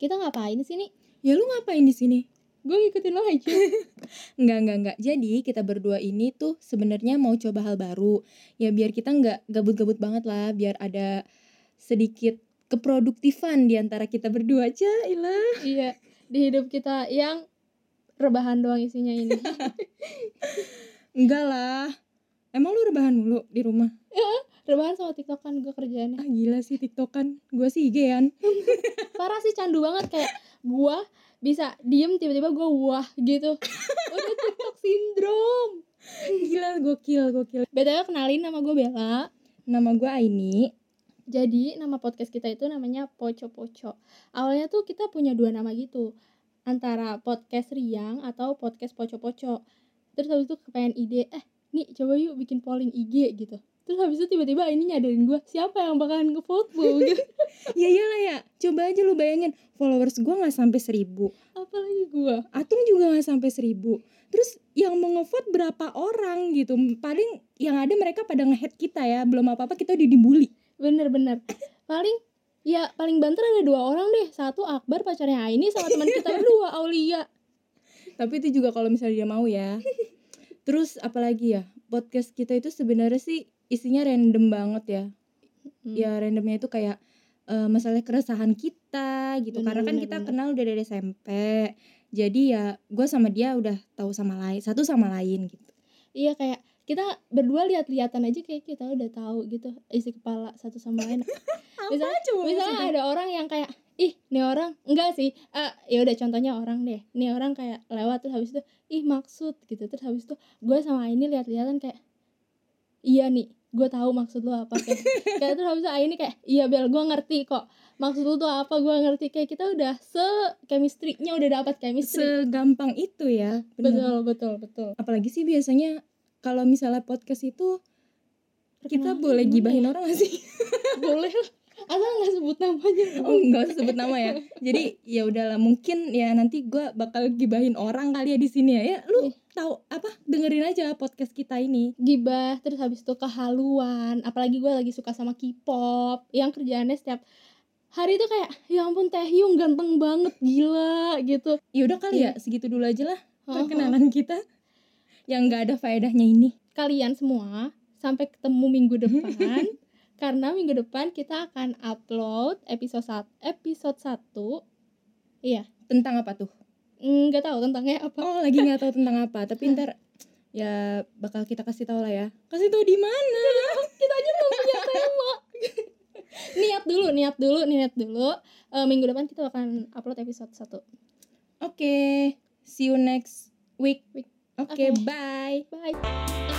Kita ngapain sih nih? Ya lu ngapain di sini? Gue ngikutin lo aja. Enggak. Jadi kita berdua ini tuh sebenarnya mau coba hal baru. Ya biar kita enggak gabut-gabut banget lah, biar ada sedikit keproduktifan di antara kita berdua aja, Ilah. Iya, di hidup kita yang rebahan doang isinya ini. Enggak lah. Emang lu rebahan mulu di rumah? Rebahan sama TikTokan gue kerjaannya. Gila sih TikTokan. Gue sih IG-an. Parah sih, candu banget, kayak gue bisa diem tiba-tiba gue wah gitu. Udah TikTok syndrome. Gila, gokil. BTW kenalin, nama gue Bella. Nama gue Aini. Jadi nama podcast kita itu namanya Poco Poco. Awalnya tuh kita punya 2 nama gitu, antara podcast Riang atau podcast Poco Poco. Terus habis itu kepengen ide, nih coba yuk bikin polling IG gitu. Terus habis itu tiba-tiba ini nyadarin gue, siapa yang bakalan nge-vote bu gitu. Ya iyalah ya, coba aja lu bayangin, followers gue gak sampai 1,000. Apalagi gue. Atung juga gak sampai 1,000. Terus yang mau nge-vote berapa orang gitu. Paling yang ada mereka pada nge-hate kita ya. Belum apa-apa kita udah dibully. Bener. Paling banter ada 2 orang deh. Satu Akbar, pacarnya Aini, sama teman kita berdua, Aulia. Tapi itu juga kalau misalnya dia mau ya. Terus apalagi ya, podcast kita itu sebenarnya sih isinya random banget ya. Ya randomnya itu kayak masalah keresahan kita gitu. Karena kan kita kenal udah dari SMP. Jadi ya gue sama dia udah tahu satu sama lain gitu. Iya, kayak kita berdua lihat-lihatan aja kayak kita udah tahu gitu isi kepala satu sama lain. Misalnya ada orang yang kayak, ih nih orang, enggak sih, ya udah contohnya orang deh, nih orang kayak lewat terus habis itu ih maksud gitu, terus habis itu gue sama ini lihat-lihatan kayak, iya nih gue tahu maksud lo apa, kayak terus habis itu ini kayak, iya Bel gue ngerti kok maksud lo tuh apa, gue ngerti, kayak kita udah chemistry-nya udah dapat chemistry. Segampang itu ya. Bener. Betul. Apalagi sih biasanya kalau misalnya podcast itu kita boleh gibahin orang gak sih? Boleh, asal nggak sebut namanya. Oh, nggak usah sebut nama ya. Jadi ya udahlah, mungkin ya nanti gue bakal gibahin orang kali ya di sini ya. Ya lu tahu apa, dengerin aja podcast kita ini. Gibah, terus habis itu kehaluan. Apalagi gue lagi suka sama K-pop yang kerjaannya setiap hari itu kayak, ya ampun Taehyung ganteng banget, gila gitu. Ya udah kali ya segitu dulu aja lah perkenalan kita yang nggak ada faedahnya ini. Kalian semua sampai ketemu minggu depan. Karena minggu depan kita akan upload episode 1. Iya. Tentang apa tuh? Nggak tahu tentangnya apa. Oh, lagi nggak tahu tentang apa. Tapi ntar ya bakal kita kasih tahu lah ya. Kasih tahu di mana? Kita aja belum punya tema. Niat dulu. Minggu depan kita akan upload episode 1. Oke. See you next week. Oke. Bye. Bye.